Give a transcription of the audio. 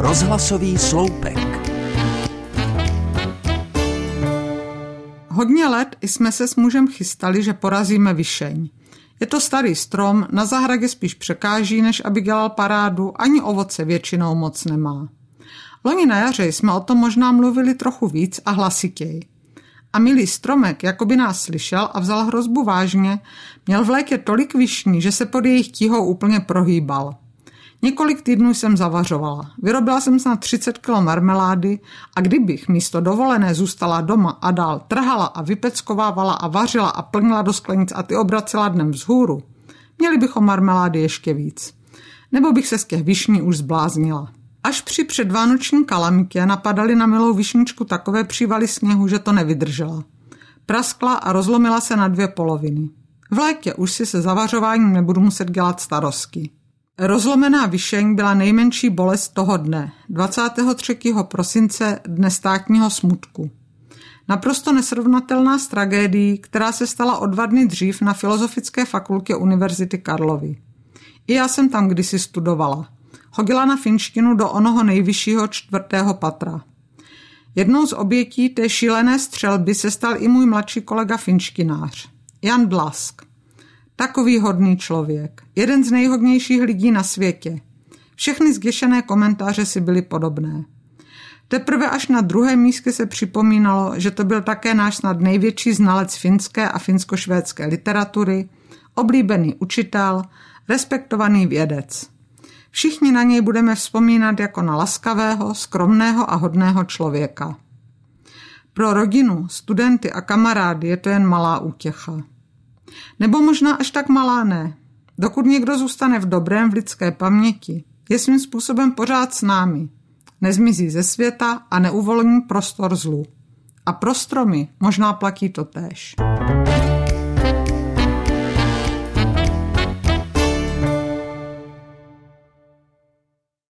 Rozhlasový sloupek. Hodně let jsme se s mužem chystali, že porazíme višeň. Je to starý strom, na zahradě spíš překáží, než aby dělal parádu, ani ovoce většinou moc nemá. Loni na jaře jsme o tom možná mluvili trochu víc a hlasitěji. A milý stromek, jako by nás slyšel a vzal hrozbu vážně, měl v létě tolik višní, že se pod jejich tíhou úplně prohýbal. Několik týdnů jsem zavařovala. Vyrobila jsem snad 30 kg marmelády a kdybych místo dovolené zůstala doma a dál trhala a vypeckovávala a vařila a plnila do sklenic a ty obracela dnem vzhůru, měli bychom marmelády ještě víc. Nebo bych se z těch višní už zbláznila. Až při předvánoční kalamitě napadaly na milou višničku takové přívaly sněhu, že to nevydržela. Praskla a rozlomila se na 2 poloviny. V létě už si se zavařováním nebudu muset dělat starostky. Rozlomená višeň byla nejmenší bolest toho dne, 23. prosince, dne státního smutku. Naprosto nesrovnatelná s tragédií, která se stala o 2 dny dřív na Filozofické fakultě Univerzity Karlovy. I já jsem tam kdysi studovala. Chodila na finštinu do onoho nejvyššího 4. patra. Jednou z obětí té šílené střelby se stal i můj mladší kolega finštinář, Jan Blask. Takový hodný člověk, jeden z nejhodnějších lidí na světě. Všechny zděšené komentáře si byly podobné. Teprve až na druhém místě se připomínalo, že to byl také náš snad největší znalec finské a finsko-švédské literatury, oblíbený učitel, respektovaný vědec. Všichni na něj budeme vzpomínat jako na laskavého, skromného a hodného člověka. Pro rodinu, studenty a kamarády je to jen malá útěcha. Nebo možná až tak malá ne. Dokud někdo zůstane v dobrém v lidské paměti, je svým způsobem pořád s námi. Nezmizí ze světa a neuvolní prostor zlu. A pro stromy možná platí to též.